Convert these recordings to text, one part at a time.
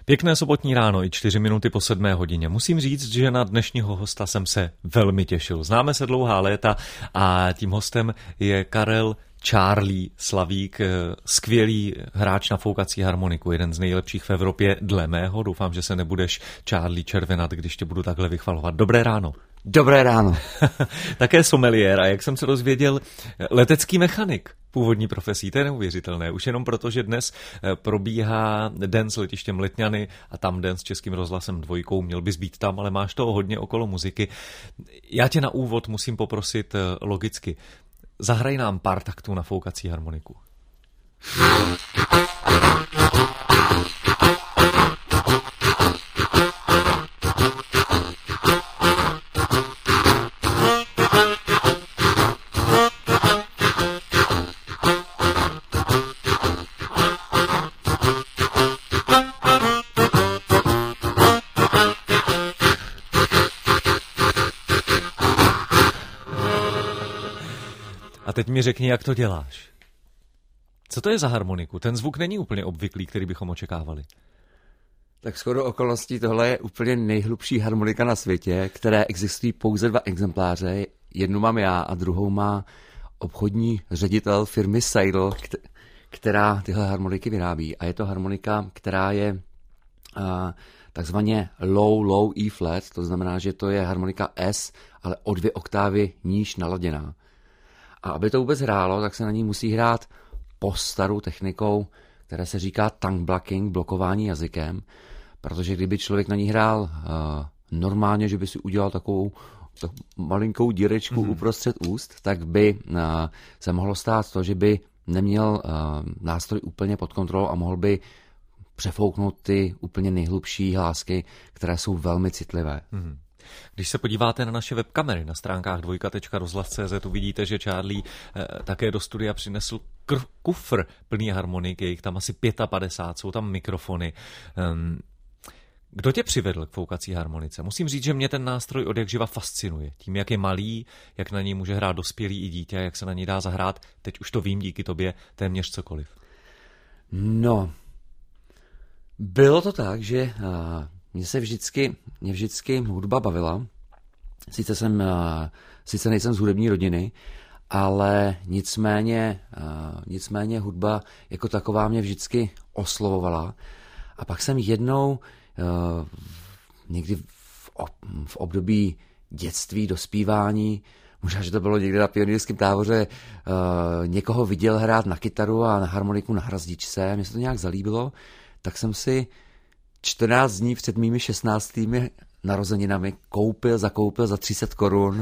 Pěkné sobotní ráno i 4 minuty po 7 hodině. Musím říct, že na dnešního hosta jsem se velmi těšil. Známe se dlouhá léta a tím hostem je Karel Charlie Slavík, skvělý hráč na foukací harmoniku, jeden z nejlepších v Evropě dle mého. Doufám, že se nebudeš Charlie červenat, když tě budu takhle vychvalovat. Dobré ráno. Dobré ráno. Také sommeliér a jak jsem se dozvěděl, letecký mechanik původní profesí, to je neuvěřitelné. Už jenom proto, že dnes probíhá den s letištěm Letňany a tam den s Českým rozhlasem 2, měl bys být tam, ale máš toho hodně okolo muziky. Já tě na úvod musím poprosit logicky. Zahraj nám pár taktů na foukací harmoniku. A teď mi řekni, jak to děláš. Co to je za harmoniku? Ten zvuk není úplně obvyklý, který bychom očekávali. Tak shodou okolností tohle je úplně nejhlubší harmonika na světě, které existují pouze 2 exempláře. Jednu mám já a druhou má obchodní ředitel firmy Seidl, která tyhle harmoniky vyrábí. A je to harmonika, která je takzvaně low E flat, to znamená, že to je harmonika S, ale o 2 oktávy níž naladěná. A aby to vůbec hrálo, tak se na ní musí hrát starou technikou, která se říká tongue blocking, blokování jazykem, protože kdyby člověk na ní hrál normálně, že by si udělal takovou malinkou dírečku uprostřed úst, tak by se mohlo stát to, že by neměl nástroj úplně pod kontrolou a mohl by přefouknout ty úplně nejhlubší hlásky, které jsou velmi citlivé. Když se podíváte na naše webkamery na stránkách dvojka.rozhlas.cz, uvidíte, že Charlie také do studia přinesl kufr plný harmonik, je jich tam asi 55, jsou tam mikrofony. Kdo tě přivedl k foukací harmonice? Musím říct, že mě ten nástroj odjakživa fascinuje. Tím, jak je malý, jak na něj může hrát dospělý i dítě, jak se na něj dá zahrát, teď už to vím díky tobě, téměř cokoliv. No, bylo to tak, že Mě vždycky hudba bavila. Sice nejsem z hudební rodiny, ale nicméně hudba jako taková mě vždycky oslovovala. A pak jsem jednou někdy v období dětství, dospívání, možná, že to bylo někde na pionýrském táboře, někoho viděl hrát na kytaru a na harmoniku na hrazdičce. Mně se to nějak zalíbilo, tak jsem si 14 dní před mými 16. narozeninami zakoupil za 300 korun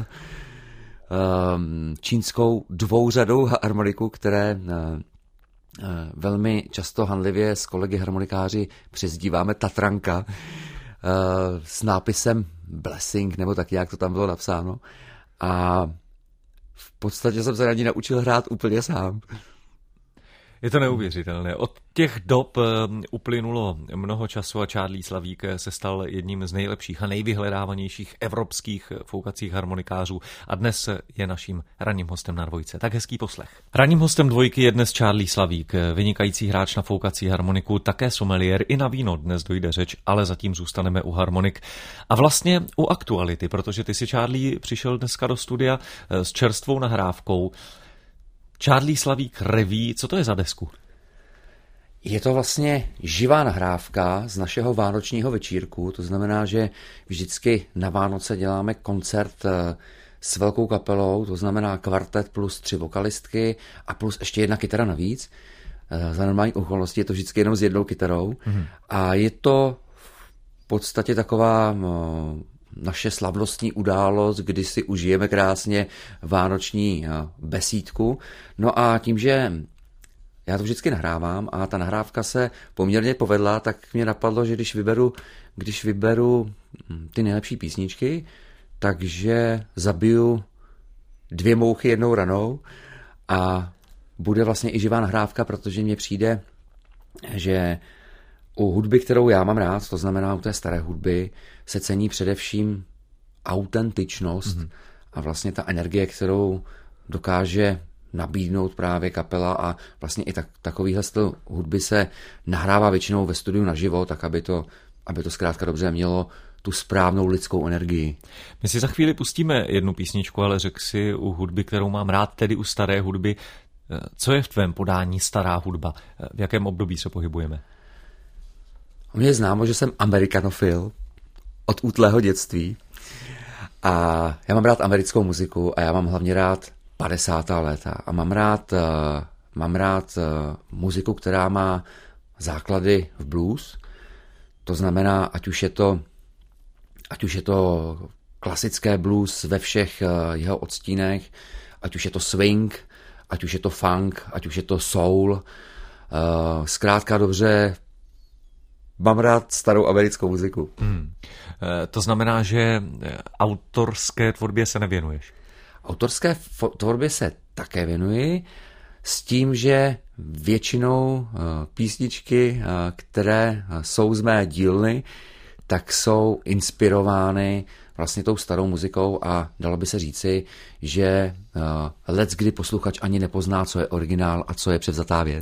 čínskou 2řadou harmoniku, které velmi často hanlivě s kolegy harmonikáři přezdíváme Tatranka s nápisem Blessing, nebo tak nějak to tam bylo napsáno. A v podstatě jsem se na ní naučil hrát úplně sám. Je to neuvěřitelné. Od těch dob uplynulo mnoho času a Charlie Slavík se stal jedním z nejlepších a nejvyhledávanějších evropských foukacích harmonikářů a dnes je naším ranním hostem na Dvojce. Tak hezký poslech. Ranním hostem Dvojky je dnes Charlie Slavík, vynikající hráč na foukací harmoniku, také sommeliér, i na víno dnes dojde řeč, ale zatím zůstaneme u harmonik a vlastně u aktuality, protože ty si, Charlie, přišel dneska do studia s čerstvou nahrávkou. Charlie Slavík reví, co to je za desku? Je to vlastně živá nahrávka z našeho vánočního večírku, to znamená, že vždycky na Vánoce děláme koncert s velkou kapelou, to znamená kvartet plus 3 vokalistky a plus ještě 1 kytara navíc. Za normální okolnosti je to vždycky jenom s 1 kytarou a je to v podstatě taková naše slavnostní událost, kdy si užijeme krásně vánoční besídku. No a tím, že já to vždycky nahrávám a ta nahrávka se poměrně povedla, tak mě napadlo, že když vyberu ty nejlepší písničky, takže zabiju 2 mouchy 1 ranou a bude vlastně i živá nahrávka, protože mně přijde, že u hudby, kterou já mám rád, to znamená u té staré hudby, se cení především autentičnost a vlastně ta energie, kterou dokáže nabídnout právě kapela a vlastně i takovýhle styl hudby se nahrává většinou ve studiu naživo, tak aby to zkrátka dobře mělo tu správnou lidskou energii. My si za chvíli pustíme jednu písničku, ale řekl si u hudby, kterou mám rád, tedy u staré hudby, co je v tvém podání stará hudba? V jakém období se pohybujeme? Mně je známo, že jsem amerikanofil od útlého dětství a já mám rád americkou muziku a já mám hlavně rád 50. léta a mám rád muziku, která má základy v blues, to znamená, ať už je to klasické blues ve všech jeho odstínech, ať už je to swing, ať už je to funk, ať už je to soul. Zkrátka dobře, mám rád starou americkou muziku. To znamená, že autorské tvorbě se nevěnuješ? Autorské tvorbě se také věnuji, s tím, že většinou písničky, které jsou z mé dílny, tak jsou inspirovány vlastně tou starou muzikou a dalo by se říci, že leckdy posluchač ani nepozná, co je originál a co je převzatá věc.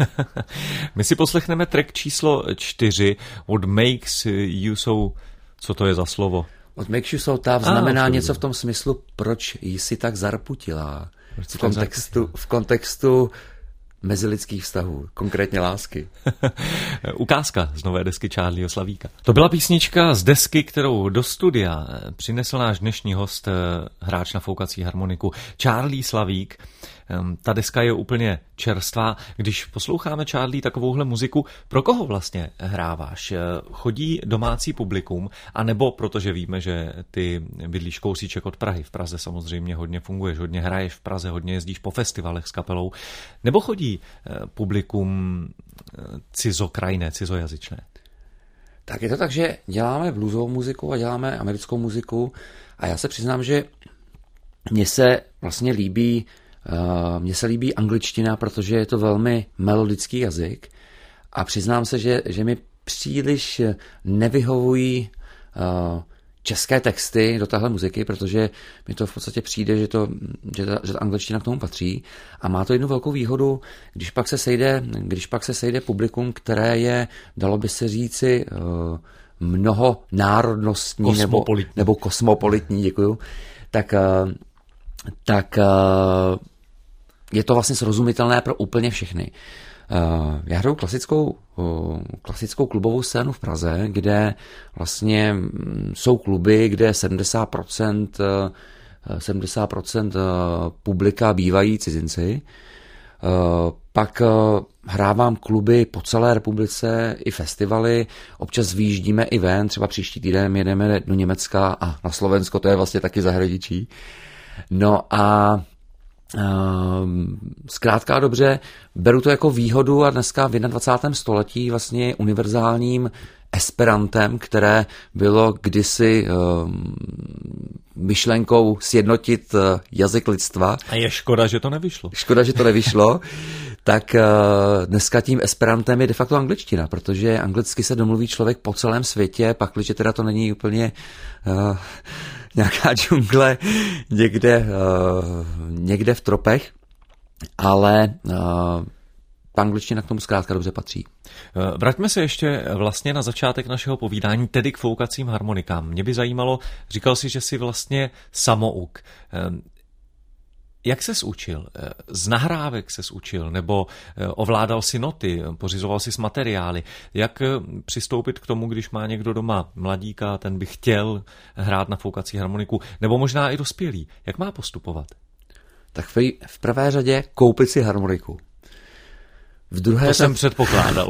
My si poslechneme track číslo 4 od Makes You So... Co to je za slovo? Od Makes You So Tough znamená něco v tom smyslu, proč jsi tak zarputila. V kontextu mezilidských vztahů, konkrétně lásky. Ukázka z nové desky Charlieho Slavíka. To byla písnička z desky, kterou do studia přinesl náš dnešní host, hráč na foukací harmoniku Charlie Slavík. Ta deska je úplně čerstvá. Když posloucháme, Charlie, takovouhle muziku, pro koho vlastně hráváš? Chodí domácí publikum, anebo protože víme, že ty bydlíš kousíček od Prahy, v Praze samozřejmě hodně funguješ, hodně hraješ v Praze, hodně jezdíš po festivalech s kapelou, nebo chodí publikum cizokrajné, cizojazyčné? Tak je to tak, že děláme bluesovou muziku a děláme americkou muziku a já se přiznám, že mně se vlastně líbí angličtina, protože je to velmi melodický jazyk a přiznám se, že mi příliš nevyhovují české texty do téhle muziky, protože mi to v podstatě přijde, že ta angličtina k tomu patří a má to jednu velkou výhodu, když pak se sejde publikum, které je, dalo by se říci, mnohonárodnostní nebo kosmopolitní, děkuju, tak je to vlastně srozumitelné pro úplně všechny. Já hraju klasickou klubovou scénu v Praze, kde vlastně jsou kluby, kde 70% publika bývají cizinci. Pak hrávám kluby po celé republice i festivaly, občas vyjíždíme i ven, třeba příští týden jedeme do Německa a na Slovensko, to je vlastně taky zahraničí. No a zkrátka dobře, beru to jako výhodu a dneska v 21. století vlastně univerzálním esperantem, které bylo kdysi myšlenkou sjednotit jazyk lidstva. A je škoda, že to nevyšlo. Tak dneska tím esperantem je de facto angličtina, protože anglicky se domluví člověk po celém světě, pakliže teda to není úplně nějaká džungle někde v tropech, ale angličtina k tomu zkrátka dobře patří. Vraťme se ještě vlastně na začátek našeho povídání, tedy k foukacím harmonikám. Mě by zajímalo, říkal jsi, že jsi vlastně samouk. Jak ses učil? Z nahrávek ses učil? Nebo ovládal si noty? Pořizoval si materiály? Jak přistoupit k tomu, když má někdo doma mladíka, ten by chtěl hrát na foukací harmoniku? Nebo možná i dospělý? Jak má postupovat? Tak v prvé řadě koupit si harmoniku. Jsem předpokládal.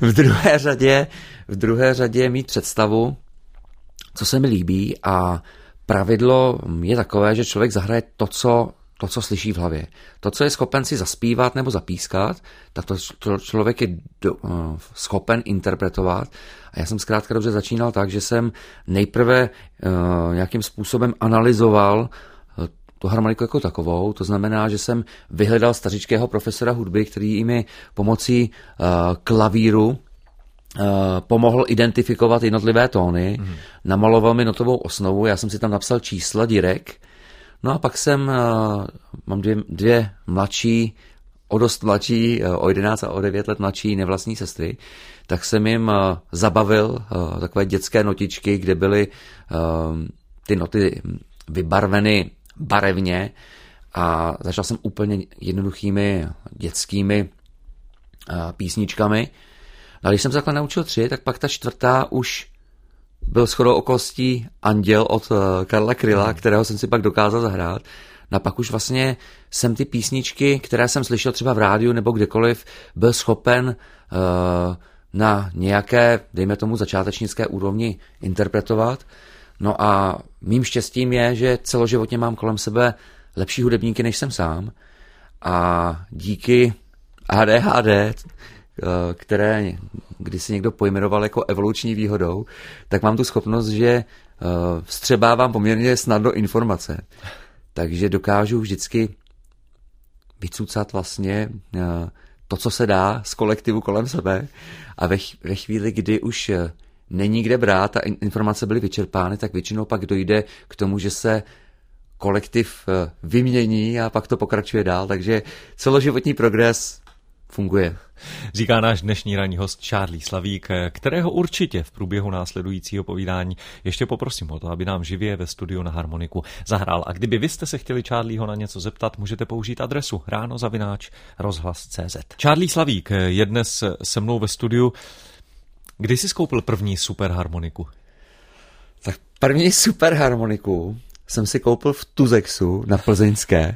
v druhé řadě mít představu, co se mi líbí a pravidlo je takové, že člověk zahraje to, co slyší v hlavě. To, co je schopen si zaspívat nebo zapískat, tak to člověk je schopen interpretovat. A já jsem zkrátka dobře začínal tak, že jsem nejprve nějakým způsobem analyzoval tu harmoniku jako takovou. To znamená, že jsem vyhledal stařičkého profesora hudby, který mi pomocí klavíru pomohl identifikovat jednotlivé tóny, namaloval mi notovou osnovu, já jsem si tam napsal čísla dírek, No a pak mám dvě mladší, o dost mladší, o 11 a o 9 let mladší nevlastní sestry, tak jsem jim zabavil takové dětské notičky, kde byly ty noty vybarveny barevně a začal jsem úplně jednoduchými dětskými písničkami. A když jsem se takhle naučil 3, tak pak ta 4. už byl shodou okolností Anděl od Karla Kryla, kterého jsem si pak dokázal zahrát. A pak už vlastně jsem ty písničky, které jsem slyšel třeba v rádiu nebo kdekoliv, byl schopen na nějaké, dejme tomu, začátečnické úrovni interpretovat. No a mým štěstím je, že celoživotně mám kolem sebe lepší hudebníky, než jsem sám. A díky ADHD, které kdysi někdo pojmenoval jako evoluční výhodou, tak mám tu schopnost, že vstřebávám poměrně snadno informace. Takže dokážu vždycky vycucat vlastně to, co se dá z kolektivu kolem sebe a ve chvíli, kdy už není kde brát a informace byly vyčerpány, tak většinou pak dojde k tomu, že se kolektiv vymění a pak to pokračuje dál, takže celoživotní progres funguje. Říká náš dnešní ranní host Charlie Slavík, kterého určitě v průběhu následujícího povídání ještě poprosím o to, aby nám živě ve studiu na harmoniku zahrál. A kdyby vy jste se chtěli Charlieho na něco zeptat, můžete použít adresu ráno@rozhlas.cz. Charlie Slavík je dnes se mnou ve studiu. Kdy jsi skoupil první superharmoniku? Tak první superharmoniku jsem si koupil v Tuzexu na Plzeňské.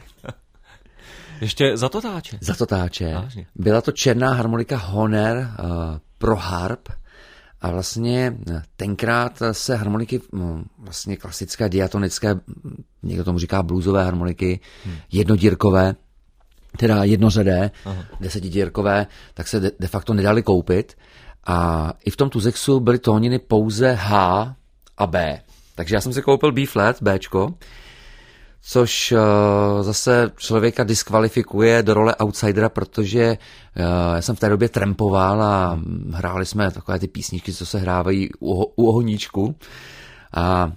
Ještě za totáče? Za totáče. Vážně. Byla to černá harmonika Honor pro harp a vlastně tenkrát se harmoniky, vlastně klasické diatonické, někdo tomu říká bluesové harmoniky, jednodírkové, teda jednořadé, 10dírkové, tak se de facto nedali koupit a i v tom Tuzexu byly tóniny pouze H a B. Takže já jsem si koupil B flat, Bčko, což zase člověka diskvalifikuje do role outsidera, protože já jsem v té době trampoval a hráli jsme takové ty písničky, co se hrávají u ohoníčku. A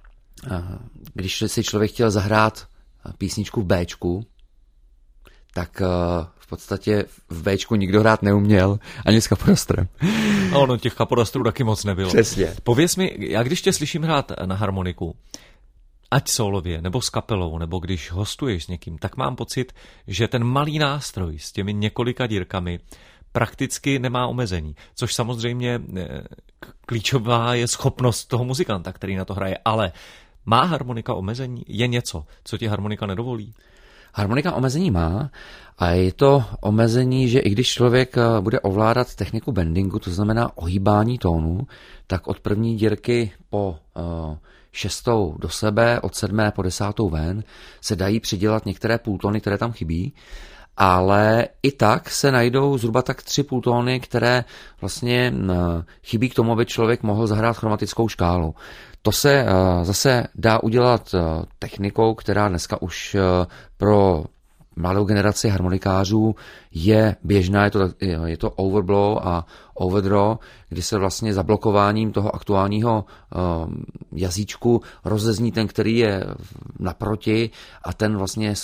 když si člověk chtěl zahrát písničku v Bčku, tak v podstatě v Bčku nikdo hrát neuměl, ani s kapodastrem. A ono těch kapodastrů taky moc nebylo. Přesně. Pověz mi, já když tě slyším hrát na harmoniku, ať solově, nebo s kapelou, nebo když hostuješ s někým, tak mám pocit, že ten malý nástroj s těmi několika dírkami prakticky nemá omezení, což samozřejmě klíčová je schopnost toho muzikanta, který na to hraje, ale má harmonika omezení? Je něco, co ti harmonika nedovolí? Harmonika omezení má a je to omezení, že i když člověk bude ovládat techniku bendingu, to znamená ohýbání tónu, tak od první dírky po 6. do sebe, od 7. po 10. ven se dají přidělat některé půltóny, které tam chybí, ale i tak se najdou zhruba tak 3 půltóny, které vlastně chybí k tomu, aby člověk mohl zahrát chromatickou škálu. To se zase dá udělat technikou, která dneska už pro mladou generaci harmonikářů je běžná, je to overblow a overdraw, kdy se vlastně zablokováním toho aktuálního jazyčku rozezní ten, který je naproti a ten vlastně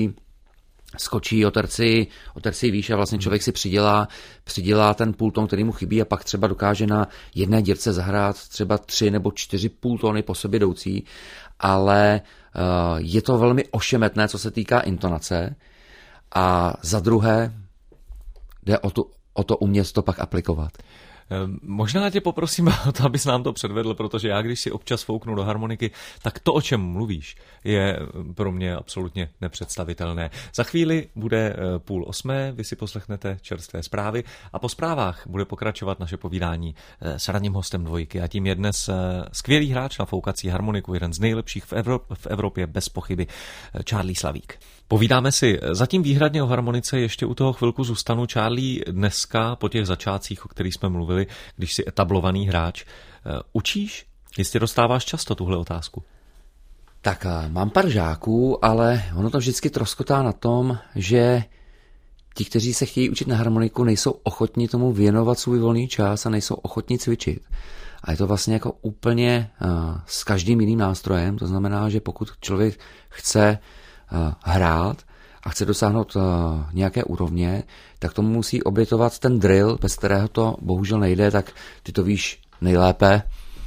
skočí o terci výš a vlastně člověk si přidělá ten půltón, který mu chybí a pak třeba dokáže na jedné dírce zahrát třeba 3 nebo 4 půltóny po sobě jdoucí, ale je to velmi ošemetné, co se týká intonace a za druhé jde o to umět to pak aplikovat. Možná tě poprosím o to, abys nám to předvedl, protože já, když si občas fouknu do harmoniky, tak to, o čem mluvíš, je pro mě absolutně nepředstavitelné. Za chvíli bude 7:30, vy si poslechnete čerstvé zprávy a po zprávách bude pokračovat naše povídání s ranním hostem Dvojky a tím je dnes skvělý hráč na foukací harmoniku, jeden z nejlepších v Evropě bez pochyby, Charlie Slavík. Povídáme si zatím výhradně o harmonice, ještě u toho chvilku zůstanu. Charlie, dneska po těch začátcích, o kterých jsme mluvili, když jsi etablovaný hráč, učíš? Jistě dostáváš často tuhle otázku. Tak mám pár žáků, ale ono to vždycky troskotá na tom, že ti, kteří se chtějí učit na harmoniku, nejsou ochotní tomu věnovat svůj volný čas a nejsou ochotní cvičit. A je to vlastně jako úplně s každým jiným nástrojem, to znamená, že pokud člověk chce hrát a chce dosáhnout nějaké úrovně, tak tomu musí obětovat ten drill, bez kterého to bohužel nejde, tak ty to víš nejlépe.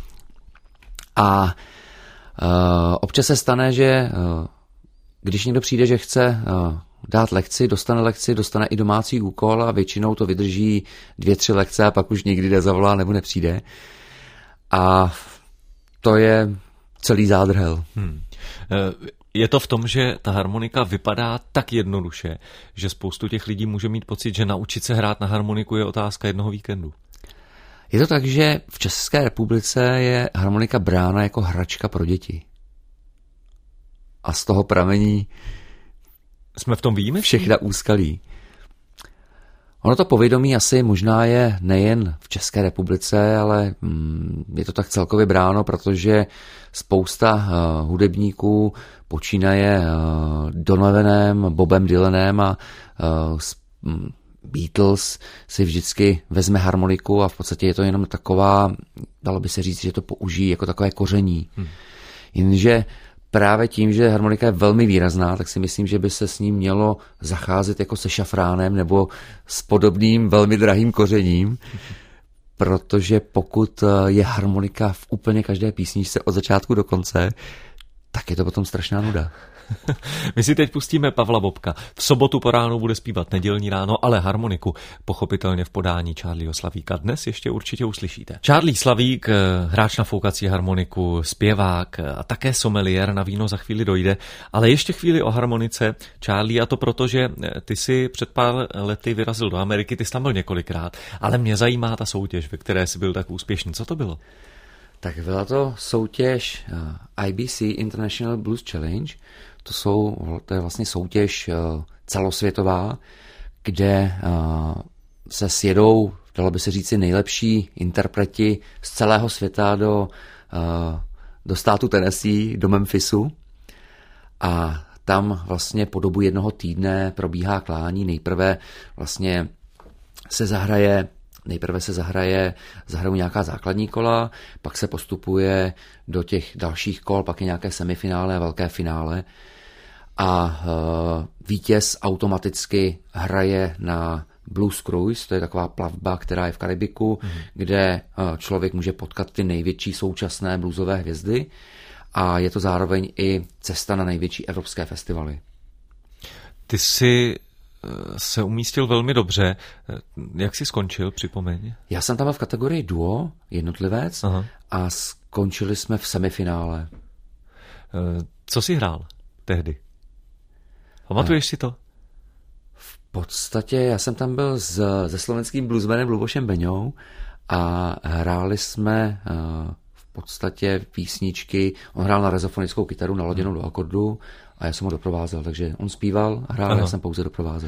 A občas se stane, že když někdo přijde, že chce dát lekci, dostane i domácí úkol a většinou to vydrží 2-3 lekce a pak už nikdy nezavolá nebo nepřijde. A to je celý zádrhel. Je to v tom, že ta harmonika vypadá tak jednoduše, že spoustu těch lidí může mít pocit, že naučit se hrát na harmoniku je otázka jednoho víkendu. Je to tak, že v České republice je harmonika brána jako hračka pro děti. A z toho pramení jsme v tom výjimeční? Všechna úskalí. Ono to povědomí asi možná je nejen v České republice, ale je to tak celkově bráno, protože spousta hudebníků počínaje Donovanem, Bobem Dylanem a Beatles si vždycky vezme harmoniku a v podstatě je to jenom taková, dalo by se říct, že to použijí jako takové koření. Jenže právě tím, že harmonika je velmi výrazná, tak si myslím, že by se s ním mělo zacházet jako se šafránem nebo s podobným velmi drahým kořením, protože pokud je harmonika v úplně každé písničce od začátku do konce, tak je to potom strašná nuda. My si teď pustíme Pavla Bobka. V sobotu po ránu bude zpívat Nedělní ráno, ale harmoniku pochopitelně v podání Charlieho Slavíka dnes ještě určitě uslyšíte. Charlie Slavík, hráč na foukací harmoniku, zpěvák a také sommelier, na víno za chvíli dojde, ale ještě chvíli o harmonice. Charlie, a to proto, že ty si před pár lety vyrazil do Ameriky, ty jsi tam byl několikrát, ale mě zajímá ta soutěž, ve které jsi byl tak úspěšný. Co to bylo? Tak byla to soutěž IBC International Blues Challenge. To je vlastně soutěž celosvětová, kde se sjedou, dalo by se říci, nejlepší interpreti z celého světa do státu Tennessee, do Memphisu. A tam vlastně po dobu jednoho týdne probíhá klání. Nejprve se zahrajou nějaká základní kola, pak se postupuje do těch dalších kol, pak je nějaké semifinále a velké finále. A vítěz automaticky hraje na Blues Cruise, to je taková plavba, která je v Karibiku, kde člověk může potkat ty největší současné bluesové hvězdy a je to zároveň i cesta na největší evropské festivaly. Ty jsi se umístil velmi dobře. Jak jsi skončil, připomeň? Já jsem tam v kategorii duo, jednotlivec. Aha. A skončili jsme v semifinále. Co jsi hrál tehdy? Pamatuješ si to? V podstatě já jsem tam byl se slovenským bluesmanem Lubošem Beňou a hráli jsme v podstatě písničky. On hrál na rezofonickou kytaru naladěnou do akordu a já jsem ho doprovázel, takže on zpíval, hrál a já jsem pouze doprovázel.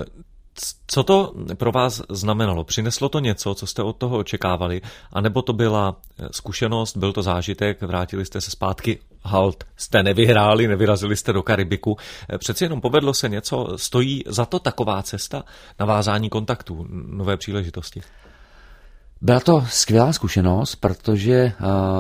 Co to pro vás znamenalo? Přineslo to něco, co jste od toho očekávali? A nebo to byla zkušenost, byl to zážitek, vrátili jste se zpátky, halt, jste nevyhráli, nevyrazili jste do Karibiku. Přeci jenom povedlo se něco, stojí za to taková cesta, navázání kontaktů, nové příležitosti? Byla to skvělá zkušenost, protože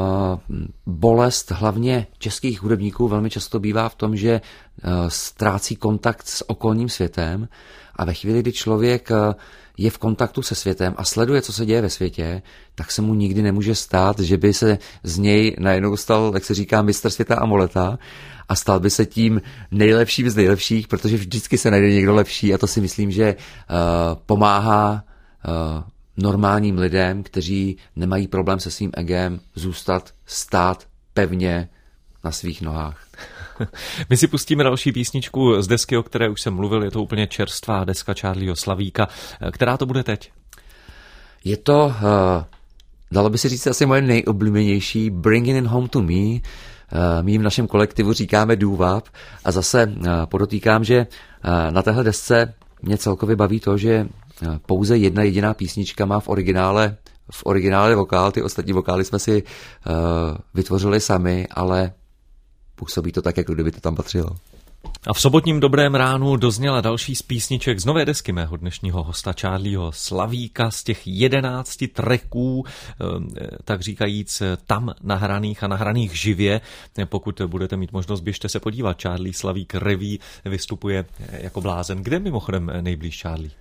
bolest hlavně českých hudebníků velmi často bývá v tom, že ztrácí kontakt s okolním světem a ve chvíli, kdy člověk je v kontaktu se světem a sleduje, co se děje ve světě, tak se mu nikdy nemůže stát, že by se z něj najednou stal, jak se říká, mistr světa Amoleta a stal by se tím nejlepším z nejlepších, protože vždycky se najde někdo lepší a to si myslím, že pomáhá normálním lidem, kteří nemají problém se svým egem, stát pevně na svých nohách. My si pustíme další písničku z desky, o které už jsem mluvil, je to úplně čerstvá deska Charlieho Slavíka. Která to bude teď? Je to, dalo by se říct, asi moje nejoblíbenější Bringing It Home to Me. My v našem kolektivu říkáme doo-wop a zase podotýkám, že na téhle desce mě celkově baví to, že pouze jedna jediná písnička má v originále vokál, ty ostatní vokály jsme si vytvořili sami, ale působí to tak, jako kdyby to tam patřilo. A v sobotním Dobrém ránu dozněla další z písniček z nové desky mého dnešního hosta Charlieho Slavíka, z těch 11 tracků, tak říkajíc tam nahraných a nahraných živě. Pokud budete mít možnost, běžte se podívat. Charlie Slavík reví, vystupuje jako blázen. Kde mimochodem nejblíž Charlie?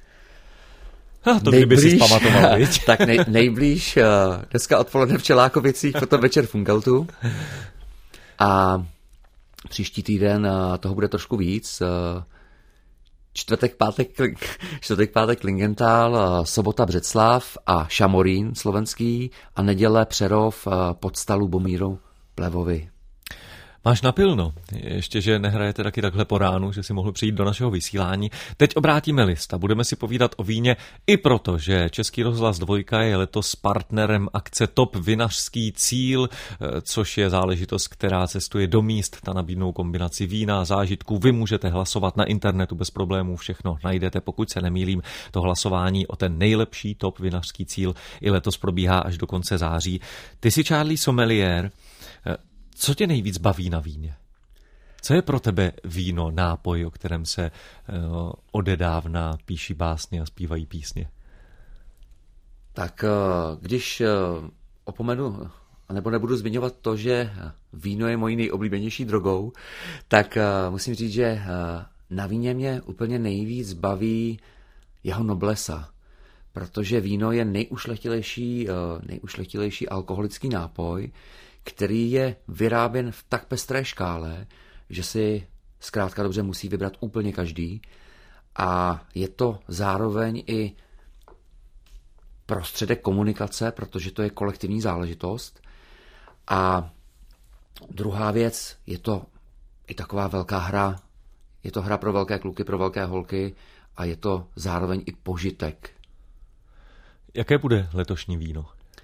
To kdyby si zpamatoval, viď? Tak nejblíž dneska odpoledne v Čelákovicích, potom večer v Funkeltu. A příští týden toho bude trošku víc. Čtvrtek, pátek Klingenthal, sobota Břeclav a Šamorín slovenský a neděle Přerov pod Stalu Bomíru Plevovi. Máš napilno, ještě, že nehrajete taky takhle po ránu, že si mohl přijít do našeho vysílání. Teď obrátíme list a budeme si povídat o víně i proto, že Český rozhlas 2 je letos partnerem akce Top vinařský cíl, což je záležitost, která cestuje do míst, ta nabídnou kombinaci vína a zážitků. Vy můžete hlasovat na internetu bez problémů, všechno najdete, pokud se nemýlím. To hlasování o ten nejlepší Top vinařský cíl i letos probíhá až do konce září. Ty jsi Charlie sommelier. Co tě nejvíc baví na víně? Co je pro tebe víno, nápoj, o kterém se odedávna píší básně a zpívají písně? Tak když opomenu, nebo nebudu zmiňovat to, že víno je mojí nejoblíbenější drogou, tak musím říct, že na víně mě úplně nejvíc baví jeho noblesa, protože víno je nejušlechtilejší alkoholický nápoj, který je vyráběn v tak pestré škále, že si zkrátka dobře musí vybrat úplně každý. A je to zároveň i prostředek komunikace, protože to je kolektivní záležitost. A druhá věc, je to i taková velká hra. Je to hra pro velké kluky, pro velké holky a je to zároveň i požitek. Jaké bude letošní víno?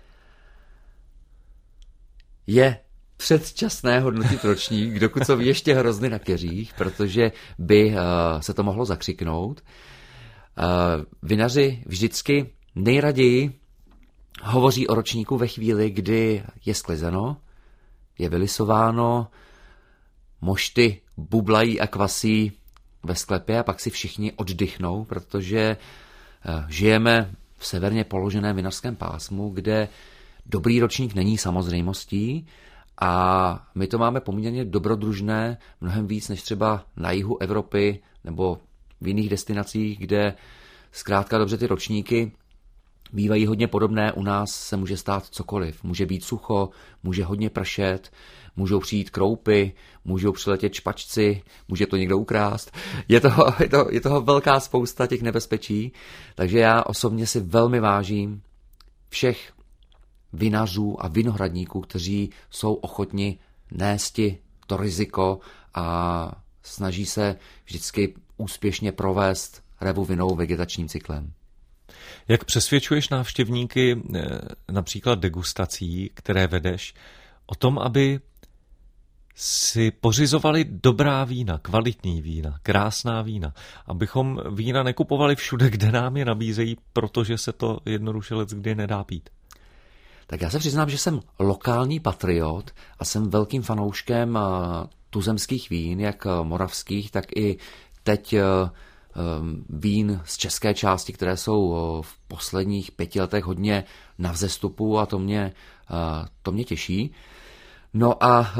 Je předčasné hodnotit ročník, dokud jsou ještě hrozny na keřích, protože by se to mohlo zakřiknout. Vinaři vždycky nejraději hovoří o ročníku ve chvíli, kdy je sklizeno, je vylisováno, mošty bublají a kvasí ve sklepě a pak si všichni oddychnou, protože žijeme v severně položeném vinařském pásmu, kde dobrý ročník není samozřejmostí a my to máme poměrně dobrodružné, mnohem víc než třeba na jihu Evropy nebo v jiných destinacích, kde zkrátka dobře ty ročníky bývají hodně podobné. U nás se může stát cokoliv. Může být sucho, může hodně pršet, můžou přijít kroupy, můžou přiletět špačci, může to někdo ukrást. Je toho velká spousta těch nebezpečí, takže já osobně si velmi vážím všech vinařů a vinohradníků, kteří jsou ochotni nésti to riziko a snaží se vždycky úspěšně provést revu vinou vegetačním cyklem. Jak přesvědčuješ návštěvníky například degustací, které vedeš, o tom, aby si pořizovali dobrá vína, kvalitní vína, krásná vína, abychom vína nekupovali všude, kde nám je nabízejí, protože se to jednoduše leckdy nedá pít? Tak já se přiznám, že jsem lokální patriot a jsem velkým fanouškem tuzemských vín, jak moravských, tak i teď vín z české části, které jsou v posledních 5 letech hodně na vzestupu a to mě těší. No a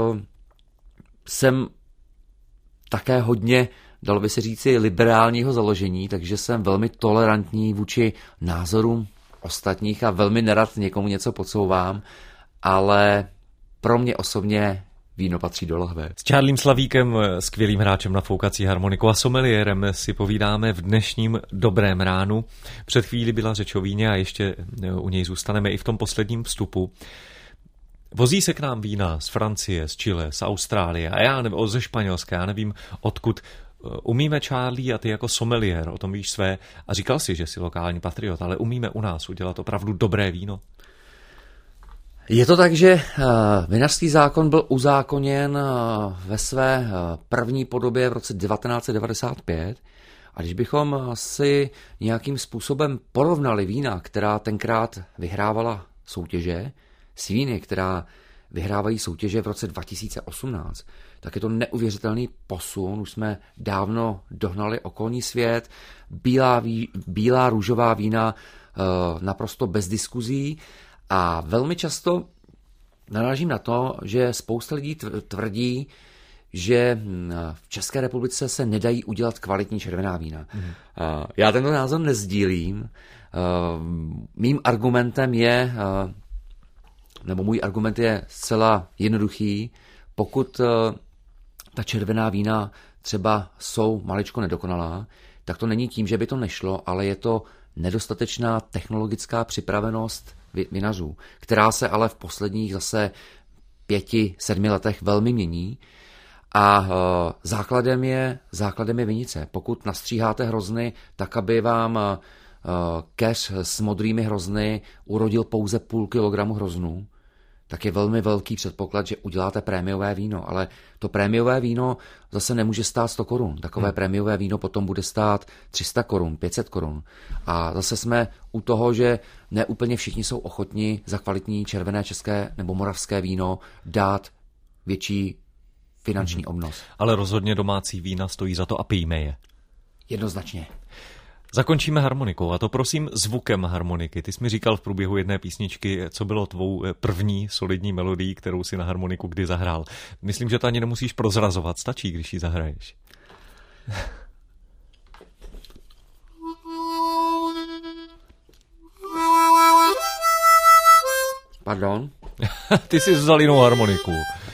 jsem také hodně, dalo by se říci, liberálního založení, takže jsem velmi tolerantní vůči názorům ostatních a velmi nerad někomu něco podsouvám, ale pro mě osobně víno patří do lahve. S Charliem Slavíkem, skvělým hráčem na foukací harmoniku a sommeliérem, si povídáme v dnešním Dobrém ránu. Před chvíli byla řeč o víně a ještě u něj zůstaneme i v tom posledním vstupu. Vozí se k nám vína z Francie, z Chile, z Austrálie a já nevím, ze Španělska, já nevím odkud. Umíme, Charlie, a ty jako sommelier, o tom víš své, a říkal si, že jsi lokální patriot, ale umíme u nás udělat opravdu dobré víno? Je to tak, že vinařský zákon byl uzákoněn ve své první podobě v roce 1995 a když bychom si nějakým způsobem porovnali vína, která tenkrát vyhrávala soutěže, s víny, která vyhrávají soutěže v roce 2018, tak je to neuvěřitelný posun. Už jsme dávno dohnali okolní svět. Bílá růžová vína naprosto bez diskuzí a velmi často narážím na to, že spousta lidí tvrdí, že v České republice se nedají udělat kvalitní červená vína. Já tento názor nezdílím. Mým argumentem je, nebo můj argument je zcela jednoduchý. Pokud ta červená vína třeba jsou maličko nedokonalá, tak to není tím, že by to nešlo, ale je to nedostatečná technologická připravenost vinařů, která se ale v posledních zase 5-7 letech velmi mění. A základem je vinice. Pokud nastříháte hrozny tak, aby vám keř s modrými hrozny urodil pouze 0,5 kilogramu hroznů, tak je velmi velký předpoklad, že uděláte prémiové víno. Ale to prémiové víno zase nemůže stát 100 korun. Takové prémiové víno potom bude stát 300 korun, 500 korun. A zase jsme u toho, že ne úplně všichni jsou ochotni za kvalitní červené české nebo moravské víno dát větší finanční obnos. Ale rozhodně domácí vína stojí za to a pijme je. Jednoznačně. Zakončíme harmonikou, a to prosím zvukem harmoniky. Ty jsi mi říkal v průběhu jedné písničky, co bylo tvou první solidní melodií, kterou si na harmoniku kdy zahrál. Myslím, že to ani nemusíš prozrazovat, stačí, když ji zahraješ. Pardon? Ty jsi vzal jinou harmoniku.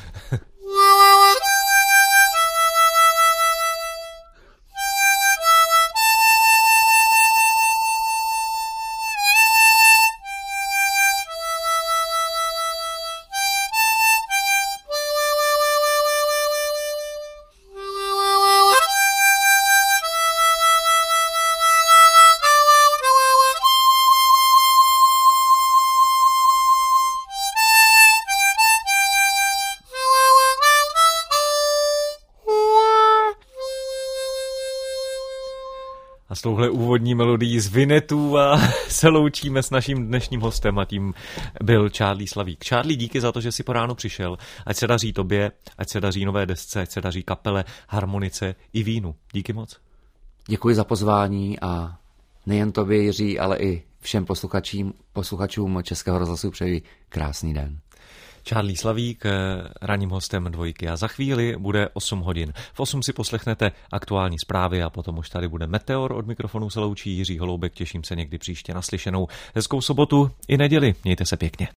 A s touhle úvodní melodií z Vinetů a se loučíme s naším dnešním hostem a tím byl Charlie Slavík. Charlie, díky za to, že jsi po ránu přišel. Ať se daří tobě, ať se daří nové desce, ať se daří kapele, harmonice i vínu. Díky moc. Děkuji za pozvání a nejen tobě, Jiří, ale i všem posluchačům Českého rozhlasu přeji krásný den. Charlie Slavík, ranním hostem Dvojky, a za chvíli bude 8 hodin. V 8 si poslechnete aktuální zprávy a potom už tady bude Meteor. Od mikrofonu se loučí Jiří Holoubek, těším se někdy příště naslyšenou. Hezkou sobotu i neděli, mějte se pěkně.